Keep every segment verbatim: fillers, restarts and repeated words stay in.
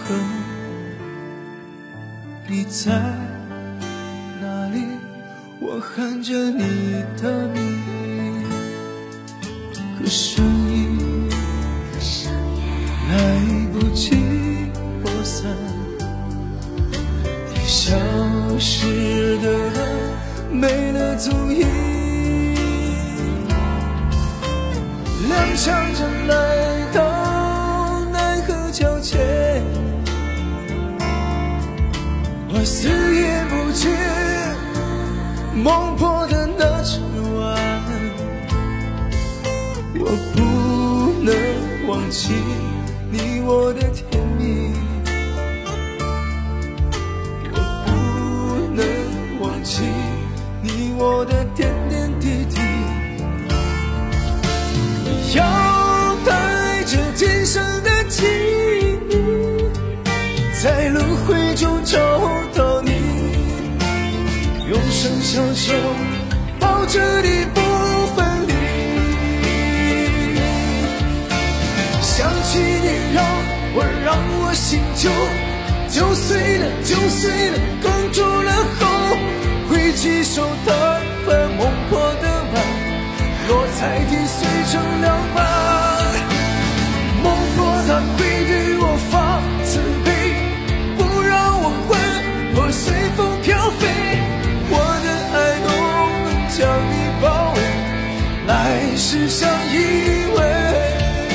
恒。你在哪里？我喊着你的名，可声音来不及扩散，你消失的没了踪影。踉跄着来到奈何桥前，我死也不见梦破的那只碗，我不能忘记你我的甜蜜，我不能忘记你我的点点滴滴。要带着今生的记忆，在轮回中找到你，永生相守，抱着你不分离。想起你让我让我心就就碎了，就碎了，哽住了后，挥起手弹翻梦破的碗，落在地碎成两半。梦破它会对我发慈悲，不让我魂魄随风飘飞，我的爱浓能将你包围，来世相依偎。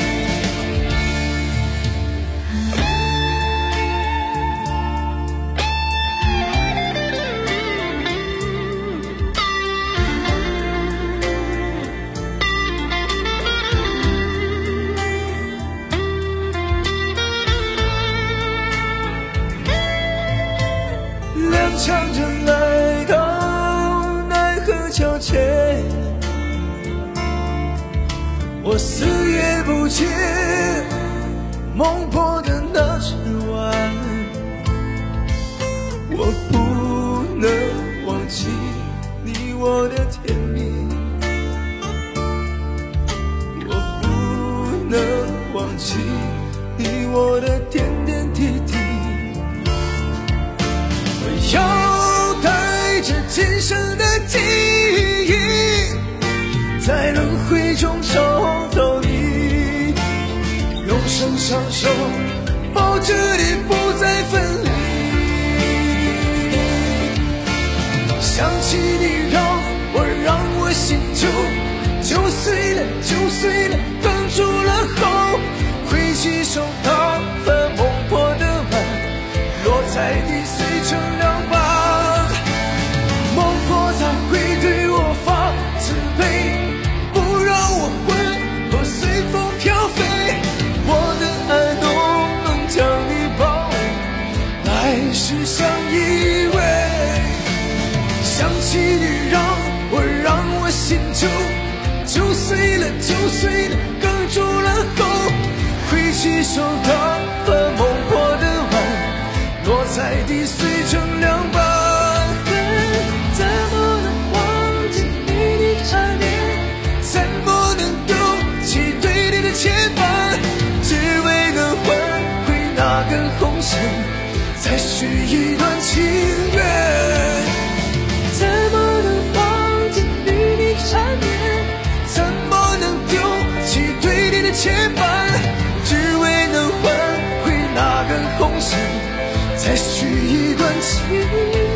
踉跄着来到奈何桥前，我死也不见梦破的那只碗，我不能忘记你我的甜蜜，我不能忘记你我的点点滴滴。要带着今生的记忆，在轮回中找到你，永生相守，抱着你不再分离。想起你让我让我心就就碎了，就碎了，哽住了后，挥起手打翻梦破的碗，落在地碎成两半。梦破它会对我发慈悲，不让我魂魄随风飘飞，我的爱浓能将你包围，来世相依偎。想起你让我让我心就就碎了，就碎了，哽住了后，挥起手打翻梦破的碗，落在地碎成两半。怎么能忘记你的缠绵，怎么能丢弃对你的牵绊，只为能换回那根红线，再续一段情缘。怎么能忘记你的缠绵，怎么能丢弃对你的牵绊，只为能换回那根红线，再续一段情。